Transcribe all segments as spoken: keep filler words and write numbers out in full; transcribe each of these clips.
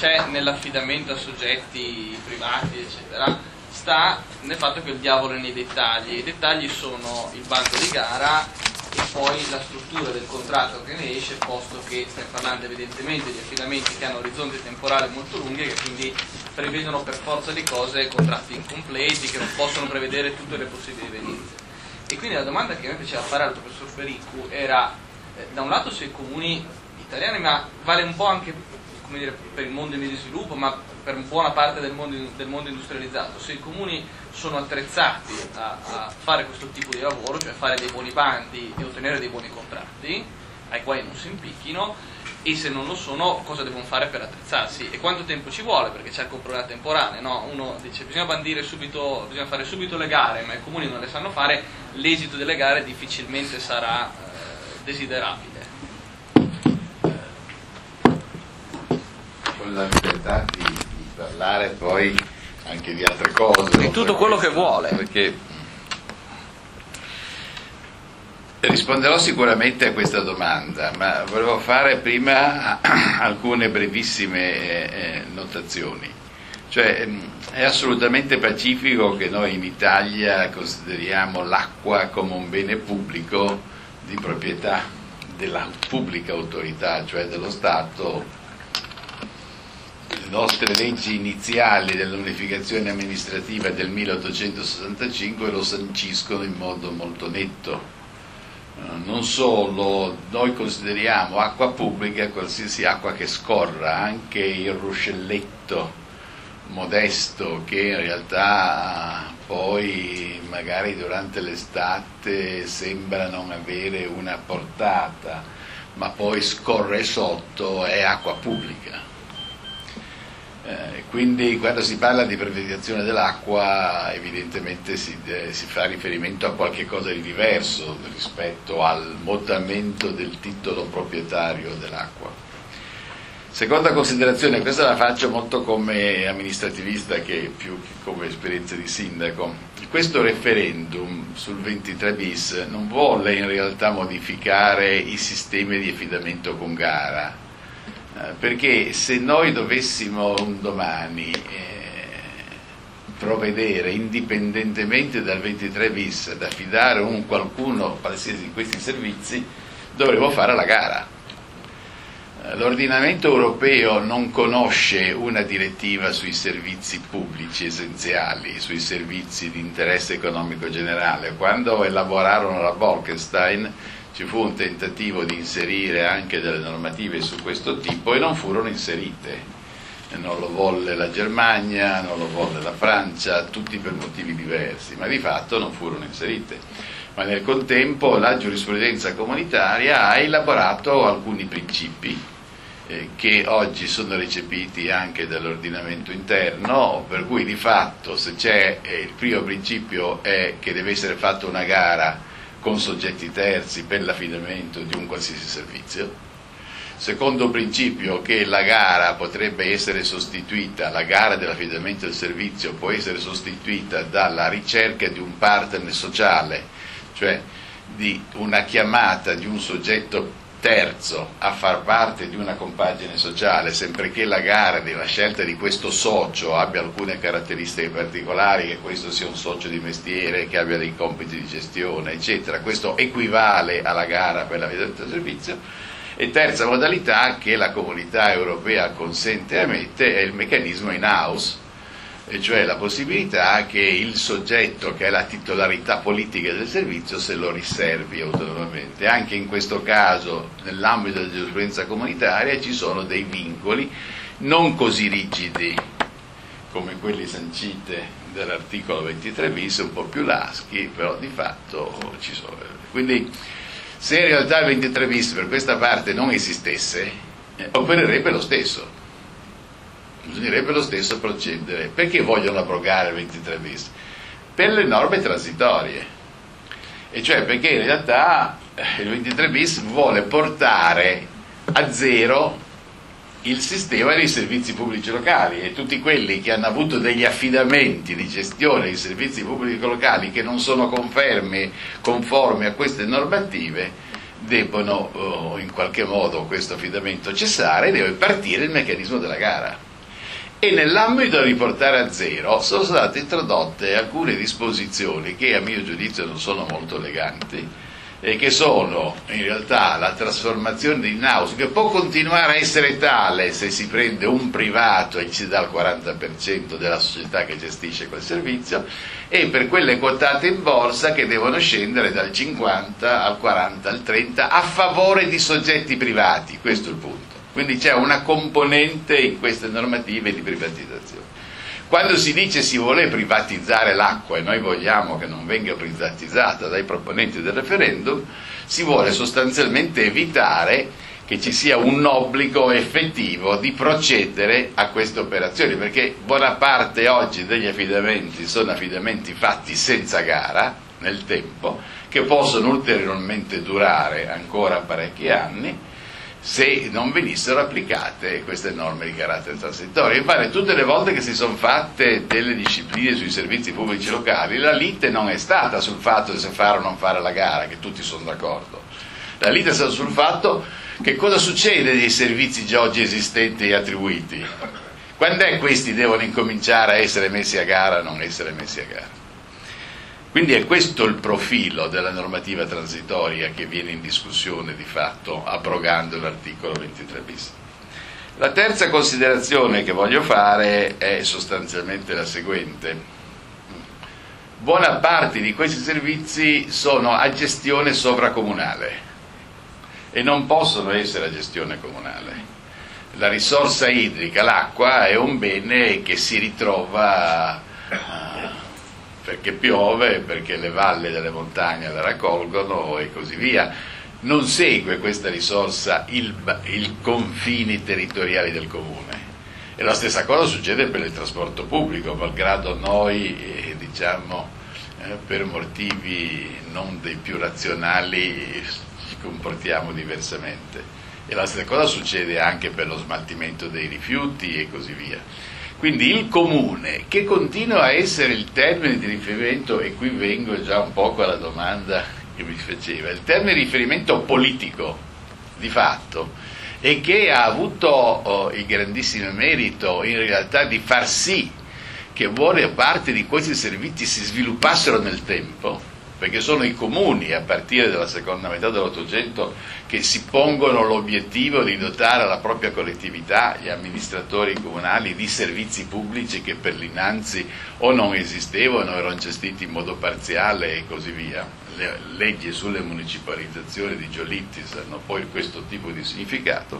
c'è nell'affidamento a soggetti privati, eccetera, sta nel fatto che il diavolo è nei dettagli. I dettagli sono il bando di gara e poi la struttura del contratto che ne esce, posto che stiamo parlando evidentemente di affidamenti che hanno orizzonti temporali molto lunghi e che quindi prevedono per forza di cose contratti incompleti, che non possono prevedere tutte le possibili evenienze. E quindi la domanda che a me piaceva fare al professor Pericu era, eh, da un lato se i comuni italiani, ma vale un po' anche, come dire, per il mondo in via di sviluppo, ma per buona parte del mondo, del mondo industrializzato, se i comuni sono attrezzati a, a fare questo tipo di lavoro, cioè fare dei buoni bandi e ottenere dei buoni contratti, ai quali non si impicchino, e se non lo sono cosa devono fare per attrezzarsi e quanto tempo ci vuole, perché c'è anche un problema temporale, no? Uno dice bisogna bandire subito, bisogna fare subito le gare, ma i comuni non le sanno fare, l'esito delle gare difficilmente sarà eh, desiderabile. Con la libertà di, di parlare poi anche di altre cose, di tutto quello che vuole, perché risponderò sicuramente a questa domanda, ma volevo fare prima alcune brevissime eh, notazioni. Cioè, è assolutamente pacifico che noi in Italia consideriamo l'acqua come un bene pubblico di proprietà della pubblica autorità, cioè dello Stato. Le nostre leggi iniziali dell'unificazione amministrativa del milleottocentosessantacinque lo sanciscono in modo molto netto. Non solo, noi consideriamo acqua pubblica qualsiasi acqua che scorra, anche il ruscelletto modesto che in realtà poi magari durante l'estate sembra non avere una portata, ma poi scorre sotto, è acqua pubblica. Eh, quindi quando si parla di privatizzazione dell'acqua evidentemente si, eh, si fa riferimento a qualche cosa di diverso rispetto al mutamento del titolo proprietario dell'acqua. Seconda considerazione, questa la faccio molto come amministrativista che più che come esperienza di sindaco. Questo referendum sul ventitré bis non vuole in realtà modificare i sistemi di affidamento con gara, perché se noi dovessimo un domani eh, provvedere indipendentemente dal ventitré bis ad affidare un qualcuno qualsiasi di questi servizi, dovremo fare la gara. L'ordinamento europeo non conosce una direttiva sui servizi pubblici essenziali, sui servizi di interesse economico generale. Quando elaborarono la Bolkestein ci fu un tentativo di inserire anche delle normative su questo tipo e non furono inserite. Non lo volle la Germania, non lo volle la Francia, tutti per motivi diversi, ma di fatto non furono inserite. Ma nel contempo la giurisprudenza comunitaria ha elaborato alcuni principi eh, che oggi sono recepiti anche dall'ordinamento interno, per cui di fatto se c'è eh, il primo principio è che deve essere fatta una gara con soggetti terzi per l'affidamento di un qualsiasi servizio. Secondo principio, che la gara potrebbe essere sostituita, la gara dell'affidamento del servizio può essere sostituita dalla ricerca di un partner sociale, cioè di una chiamata di un soggetto terzo a far parte di una compagine sociale, sempre che la gara della scelta di questo socio abbia alcune caratteristiche particolari, che questo sia un socio di mestiere, che abbia dei compiti di gestione, eccetera. Questo equivale alla gara per l'affidamento del servizio. E terza modalità che la Comunità Europea consente e ammette è il meccanismo in-house, e cioè la possibilità che il soggetto che ha la titolarità politica del servizio se lo riservi autonomamente. Anche in questo caso, nell'ambito della giurisprudenza comunitaria, ci sono dei vincoli non così rigidi come quelli sanciti dall'articolo ventitré bis, un po' più laschi, però di fatto ci sono. Quindi se in realtà il ventitré bis per questa parte non esistesse, eh, opererebbe lo stesso. Bisognerebbe lo stesso procedere. Perché vogliono abrogare il ventitré bis? Per le norme transitorie, e cioè perché in realtà il ventitré bis vuole portare a zero il sistema dei servizi pubblici locali, e tutti quelli che hanno avuto degli affidamenti di gestione dei servizi pubblici locali che non sono confermi, conformi a queste normative debbono oh, in qualche modo questo affidamento cessare e deve partire il meccanismo della gara. e nell'ambito di portare a zero sono state introdotte alcune disposizioni che a mio giudizio non sono molto eleganti, e che sono in realtà la trasformazione di in-house, che può continuare a essere tale se si prende un privato e ci dà il quaranta per cento della società che gestisce quel servizio, e per quelle quotate in borsa che devono scendere dal cinquanta al quaranta al trenta a favore di soggetti privati. Questo è il punto. Quindi c'è una componente in queste normative di privatizzazione. Quando si dice si vuole privatizzare l'acqua, e noi vogliamo che non venga privatizzata dai proponenti del referendum, si vuole sostanzialmente evitare che ci sia un obbligo effettivo di procedere a queste operazioni, perché buona parte oggi degli affidamenti sono affidamenti fatti senza gara nel tempo, che possono ulteriormente durare ancora parecchi anni se non venissero applicate queste norme di carattere transitorio. Infatti tutte le volte che si sono fatte delle discipline sui servizi pubblici locali, la lite non è stata sul fatto di se fare o non fare la gara, che tutti sono d'accordo. La lite è stata sul fatto che cosa succede dei servizi già oggi esistenti e attribuiti. Quando è questi devono incominciare a essere messi a gara o non essere messi a gara? Quindi è questo il profilo della normativa transitoria che viene in discussione di fatto abrogando l'articolo ventitré bis. La terza considerazione che voglio fare è sostanzialmente la seguente. Buona parte di questi servizi sono a gestione sovracomunale e non possono essere a gestione comunale. La risorsa idrica, l'acqua, è un bene che si ritrova perché piove, perché le valli delle montagne la raccolgono e così via. Non segue questa risorsa il, il confini territoriali del comune. E la stessa cosa succede per il trasporto pubblico, malgrado noi eh, diciamo eh, per motivi non dei più razionali ci comportiamo diversamente. E la stessa cosa succede anche per lo smaltimento dei rifiuti e così via. Quindi il comune, che continua a essere il termine di riferimento, e qui vengo già un poco alla domanda che mi faceva, il termine di riferimento politico di fatto, e che ha avuto oh, il grandissimo merito in realtà di far sì che buona parte di questi servizi si sviluppassero nel tempo, perché sono i comuni a partire dalla seconda metà dell'Ottocento che si pongono l'obiettivo di dotare la propria collettività, gli amministratori comunali, di servizi pubblici che per l'innanzi o non esistevano, erano gestiti in modo parziale e così via. Le leggi sulle municipalizzazioni di Giolitti hanno poi questo tipo di significato.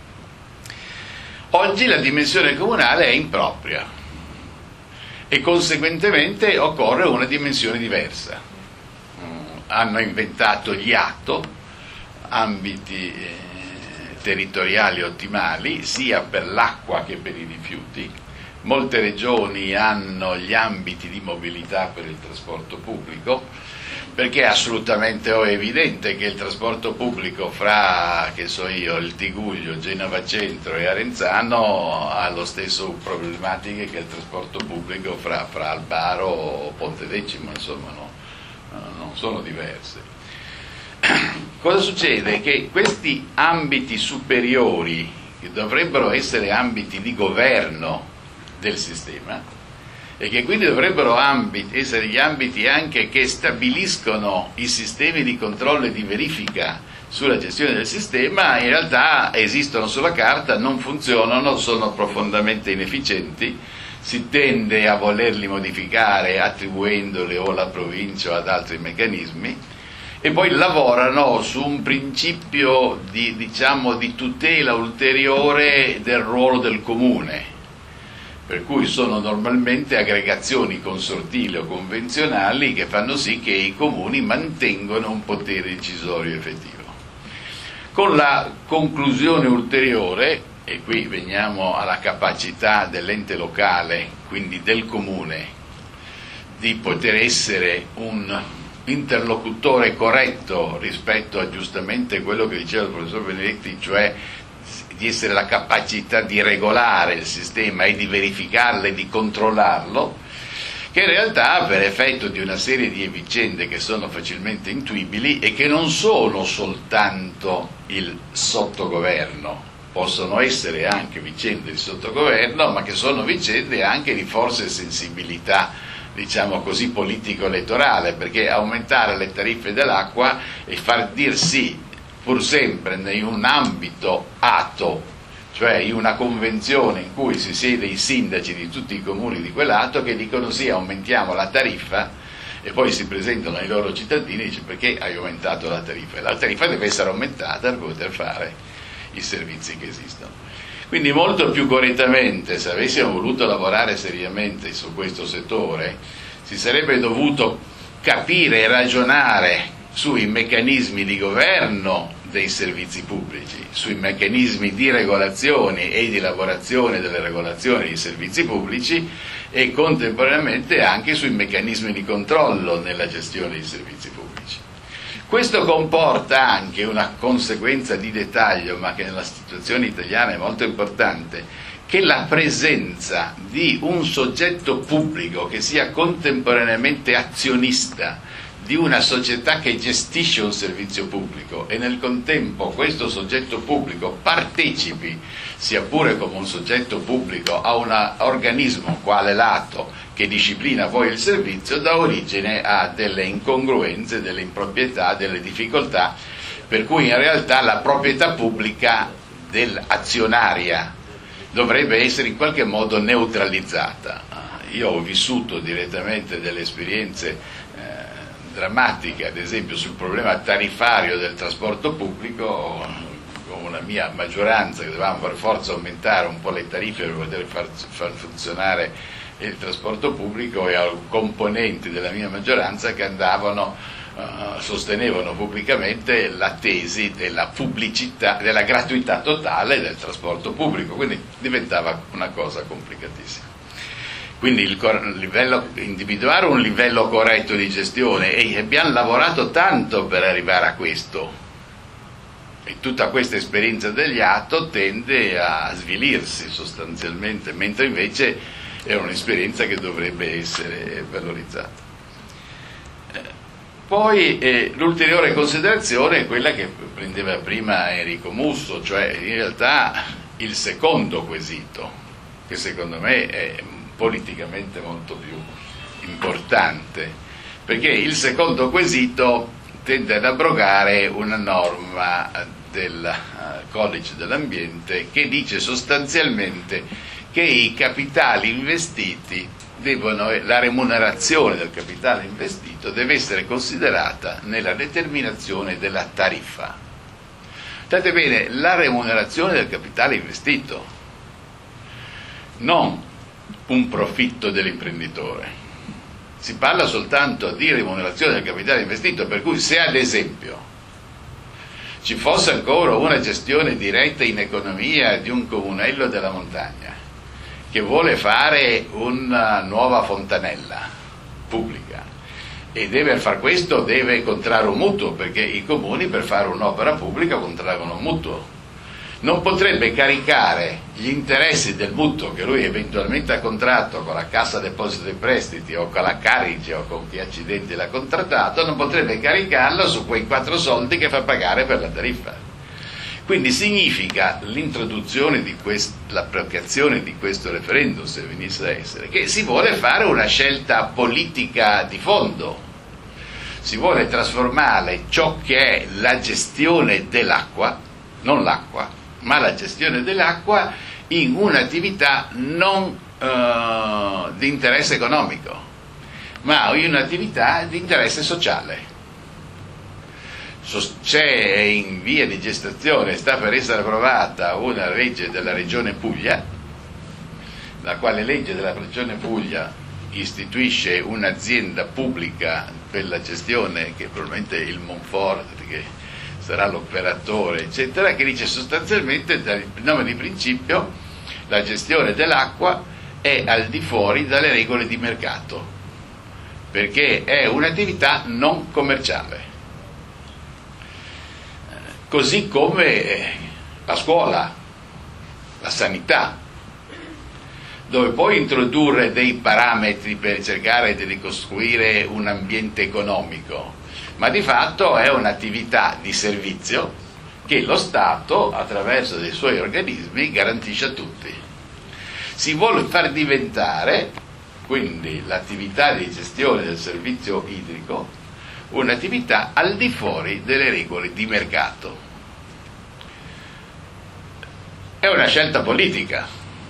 Oggi la dimensione comunale è impropria e conseguentemente occorre una dimensione diversa. Hanno inventato gli A T O, ambiti eh, territoriali ottimali, sia per l'acqua che per i rifiuti. Molte regioni hanno gli ambiti di mobilità per il trasporto pubblico, perché è assolutamente evidente che il trasporto pubblico fra, che so io, il Tiguglio, Genova Centro e Arenzano ha lo stesso problematiche che il trasporto pubblico fra, fra Albaro o Pontedecimo, insomma, no? Non sono diverse. Cosa succede? Che questi ambiti superiori, che dovrebbero essere ambiti di governo del sistema, e che quindi dovrebbero ambiti, essere gli ambiti anche che stabiliscono i sistemi di controllo e di verifica sulla gestione del sistema, in realtà esistono sulla carta, non funzionano, sono profondamente inefficienti. Si tende a volerli modificare attribuendoli o alla provincia o ad altri meccanismi, e poi lavorano su un principio di, diciamo, di tutela ulteriore del ruolo del comune, per cui sono normalmente aggregazioni consortili o convenzionali che fanno sì che i comuni mantengono un potere decisorio effettivo. Con la conclusione ulteriore, e qui veniamo alla capacità dell'ente locale, quindi del comune, di poter essere un interlocutore corretto rispetto a giustamente quello che diceva il professor Benedetti, cioè di essere la capacità di regolare il sistema e di verificarlo e di controllarlo, che in realtà per effetto di una serie di vicende che sono facilmente intuibili e che non sono soltanto il sottogoverno possono essere anche vicende di sottogoverno, ma che sono vicende anche di forse sensibilità, diciamo così, politico-elettorale, perché aumentare le tariffe dell'acqua e far dir sì, pur sempre in un ambito ato, cioè in una convenzione in cui si siede i sindaci di tutti i comuni di quell'ato che dicono sì, aumentiamo la tariffa, e poi si presentano ai loro cittadini e dicono perché hai aumentato la tariffa? La tariffa deve essere aumentata per poter fare i servizi che esistono. Quindi molto più correttamente, se avessimo voluto lavorare seriamente su questo settore, si sarebbe dovuto capire e ragionare sui meccanismi di governo dei servizi pubblici, sui meccanismi di regolazione e di elaborazione delle regolazioni dei servizi pubblici e contemporaneamente anche sui meccanismi di controllo nella gestione dei servizi pubblici. Questo comporta anche una conseguenza di dettaglio, ma che nella situazione italiana è molto importante, che la presenza di un soggetto pubblico che sia contemporaneamente azionista di una società che gestisce un servizio pubblico e nel contempo questo soggetto pubblico partecipi, sia pure come un soggetto pubblico, a un organismo quale l'Ato che disciplina poi il servizio, dà origine a delle incongruenze, delle improprietà, delle difficoltà, per cui in realtà la proprietà pubblica dell'azionaria dovrebbe essere in qualche modo neutralizzata. Io ho vissuto direttamente delle esperienze drammatiche, ad esempio sul problema tariffario del trasporto pubblico, con una mia maggioranza che dovevamo per forza aumentare un po' le tariffe per poter far, far funzionare il trasporto pubblico, e componenti della mia maggioranza che andavano, uh, sostenevano pubblicamente la tesi della pubblicità, della gratuità totale del trasporto pubblico, quindi diventava una cosa complicatissima. Quindi il livello, individuare un livello corretto di gestione, e abbiamo lavorato tanto per arrivare a questo, e tutta questa esperienza degli Ato tende a svilirsi sostanzialmente, mentre invece è un'esperienza che dovrebbe essere valorizzata. Poi eh, l'ulteriore considerazione è quella che prendeva prima Enrico Musso, cioè in realtà il secondo quesito, che secondo me è politicamente molto più importante, perché il secondo quesito tende ad abrogare una norma del Codice dell'Ambiente che dice sostanzialmente che i capitali investiti devono, la remunerazione del capitale investito deve essere considerata nella determinazione della tariffa. State bene, la remunerazione del capitale investito, non un profitto dell'imprenditore. Si parla soltanto di remunerazione del capitale investito, per cui se ad esempio ci fosse ancora una gestione diretta in economia di un comunello della montagna che vuole fare una nuova fontanella pubblica e deve far questo, deve contrarre un mutuo, perché i comuni per fare un'opera pubblica contraggono un mutuo. Non potrebbe caricare gli interessi del mutuo che lui eventualmente ha contratto con la Cassa Depositi e Prestiti o con la Carige o con chi accidenti l'ha contrattato, non potrebbe caricarlo su quei quattro soldi che fa pagare per la tariffa. Quindi significa l'introduzione di quest- l'applicazione di questo referendum, se venisse a essere, che si vuole fare una scelta politica di fondo, si vuole trasformare ciò che è la gestione dell'acqua, non l'acqua, ma la gestione dell'acqua in un'attività non uh, di interesse economico, ma in un'attività di interesse sociale. C'è in via di gestazione, sta per essere approvata una legge della Regione Puglia, la quale legge della Regione Puglia istituisce un'azienda pubblica per la gestione, che probabilmente è il Monfort, che sarà l'operatore, eccetera, che dice sostanzialmente, dal nome di principio, la gestione dell'acqua è al di fuori dalle regole di mercato, perché è un'attività non commerciale. Così come la scuola, la sanità, dove puoi introdurre dei parametri per cercare di ricostruire un ambiente economico, ma di fatto è un'attività di servizio che lo Stato, attraverso dei suoi organismi, garantisce a tutti. Si vuole far diventare, quindi, l'attività di gestione del servizio idrico un'attività al di fuori delle regole di mercato. È una scelta politica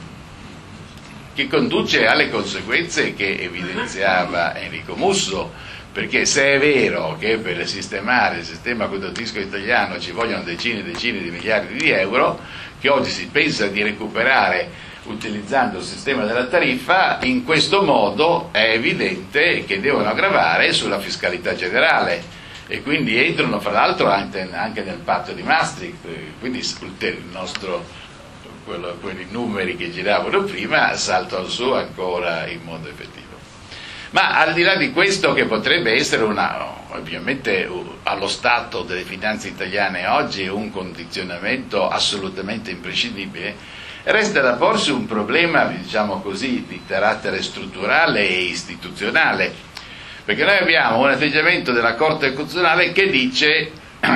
che conduce alle conseguenze che evidenziava Enrico Musso, perché se è vero che per sistemare il sistema conduttisco italiano ci vogliono decine e decine di miliardi di euro, che oggi si pensa di recuperare utilizzando il sistema della tariffa, in questo modo è evidente che devono gravare sulla fiscalità generale e quindi entrano fra l'altro anche, anche nel patto di Maastricht, quindi il nostro, quello, quelli numeri che giravano prima saltano su ancora in modo effettivo. Ma al di là di questo, che potrebbe essere una, ovviamente allo stato delle finanze italiane oggi un condizionamento assolutamente imprescindibile, resta da porsi un problema, diciamo così, di carattere strutturale e istituzionale, perché noi abbiamo un atteggiamento della Corte Costituzionale che dice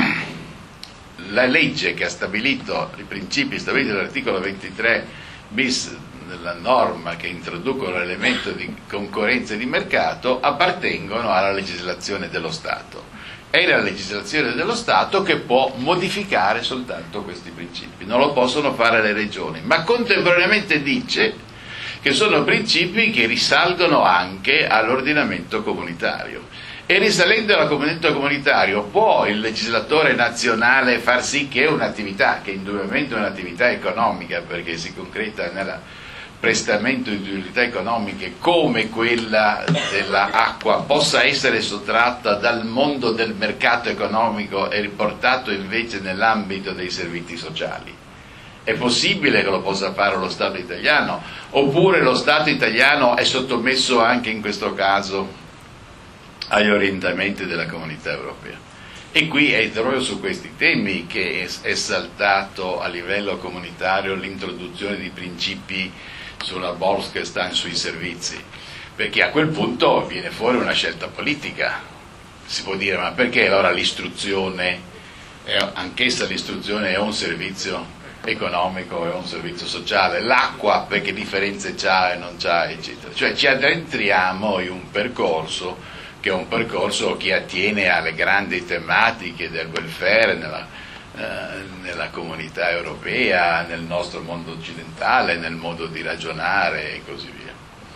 la legge che ha stabilito i principi stabiliti dall'articolo ventitré bis della norma che introducono l'elemento di concorrenza e di mercato appartengono alla legislazione dello Stato. È la legislazione dello Stato che può modificare soltanto questi principi, non lo possono fare le regioni, ma contemporaneamente dice che sono principi che risalgono anche all'ordinamento comunitario. E risalendo all'ordinamento comunitario può il legislatore nazionale far sì che un'attività, che indubbiamente è un'attività economica perché si concreta nella prestamento di utilità economiche come quella dell'acqua, possa essere sottratta dal mondo del mercato economico e riportato invece nell'ambito dei servizi sociali? È possibile che lo possa fare lo Stato italiano? Oppure lo Stato italiano è sottomesso anche in questo caso agli orientamenti della Comunità Europea? E qui è proprio su questi temi che è, è saltato a livello comunitario l'introduzione di principi sulla Bolkestein sui servizi, perché a quel punto viene fuori una scelta politica. Si può dire, ma perché allora l'istruzione, anch'essa l'istruzione è un servizio economico, è un servizio sociale, l'acqua perché differenze c'ha e non c'ha, eccetera. Cioè ci addentriamo in un percorso che è un percorso che attiene alle grandi tematiche del welfare nella nella comunità europea, nel nostro mondo occidentale, nel modo di ragionare e così via.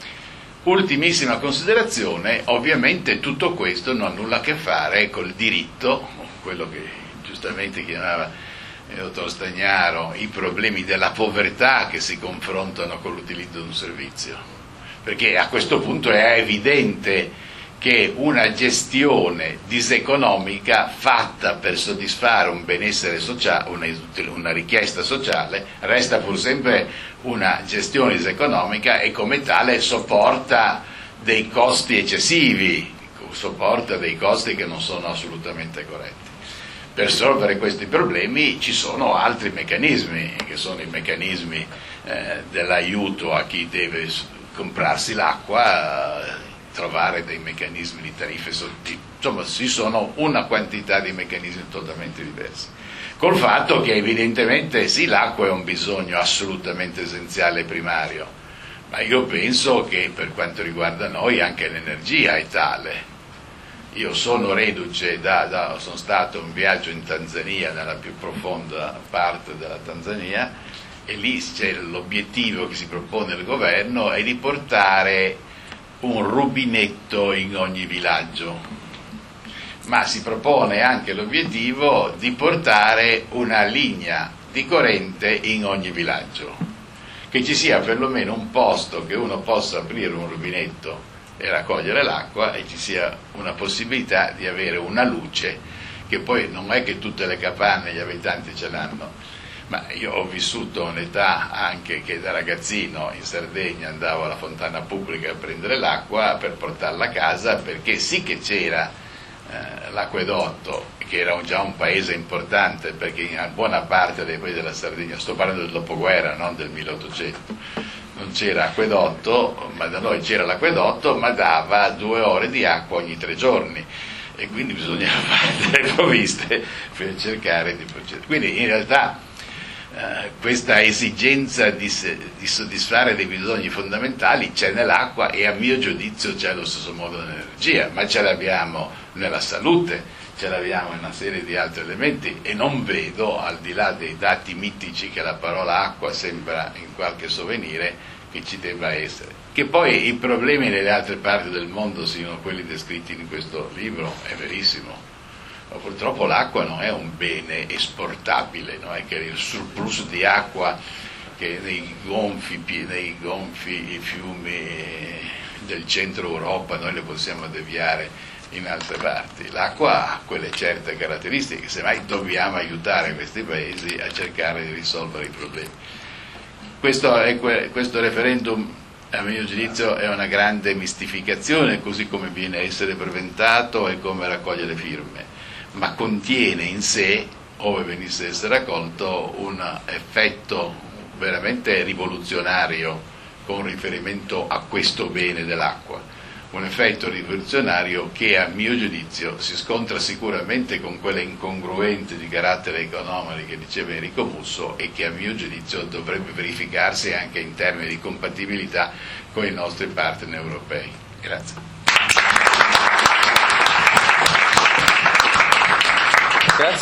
Ultimissima considerazione, ovviamente tutto questo non ha nulla a che fare col diritto, quello che giustamente chiamava il dottor Stagnaro, i problemi della povertà che si confrontano con l'utilizzo di un servizio, perché a questo punto è evidente che una gestione diseconomica fatta per soddisfare un benessere sociale, una, una richiesta sociale, resta pur sempre una gestione diseconomica e come tale sopporta dei costi eccessivi, sopporta dei costi che non sono assolutamente corretti. Per risolvere questi problemi ci sono altri meccanismi, che sono i meccanismi eh, dell'aiuto a chi deve comprarsi l'acqua, eh, trovare dei meccanismi di tariffe sottili, insomma ci sono una quantità di meccanismi totalmente diversi, col fatto che evidentemente sì, l'acqua è un bisogno assolutamente essenziale e primario, ma io penso che per quanto riguarda noi anche l'energia è tale. Io sono reduce da, da sono stato in viaggio in Tanzania, nella più profonda parte della Tanzania, e lì c'è l'obiettivo che si propone il governo è di portare un rubinetto in ogni villaggio, ma si propone anche l'obiettivo di portare una linea di corrente in ogni villaggio, che ci sia perlomeno un posto che uno possa aprire un rubinetto e raccogliere l'acqua e ci sia una possibilità di avere una luce, che poi non è che tutte le capanne gli abitanti ce l'hanno. Ma io ho vissuto un'età anche che da ragazzino in Sardegna andavo alla fontana pubblica a prendere l'acqua per portarla a casa, perché sì che c'era eh, l'acquedotto, che era già un paese importante, perché in buona parte dei paesi della Sardegna, sto parlando del dopoguerra, non del milleottocento, non c'era acquedotto, ma da noi c'era l'acquedotto, ma dava due ore di acqua ogni tre giorni. e quindi bisogna fare delle provviste per cercare di procedere. Quindi in realtà eh, questa esigenza di, di soddisfare dei bisogni fondamentali c'è nell'acqua e a mio giudizio c'è allo stesso modo nell'energia, ma ce l'abbiamo nella salute, ce l'abbiamo in una serie di altri elementi, e non vedo, al di là dei dati mitici che la parola acqua sembra in qualche sovvenire, che ci debba essere. Che poi i problemi nelle altre parti del mondo siano quelli descritti in questo libro è verissimo, ma purtroppo l'acqua non è un bene esportabile, non è che il surplus di acqua che nei gonfi, nei gonfi fiumi del centro Europa noi le possiamo deviare in altre parti. L'acqua ha quelle certe caratteristiche, semmai dobbiamo aiutare questi paesi a cercare di risolvere i problemi. Questo, è, questo referendum, a mio giudizio, è una grande mistificazione, così come viene a essere presentato e come raccoglie le firme, ma contiene in sé, ove venisse a essere accolto, un effetto veramente rivoluzionario con riferimento a questo bene dell'acqua. Un effetto rivoluzionario che a mio giudizio si scontra sicuramente con quelle incongruenze di carattere economico che diceva Enrico Musso, e che a mio giudizio dovrebbe verificarsi anche in termini di compatibilità con i nostri partner europei. Grazie. Grazie.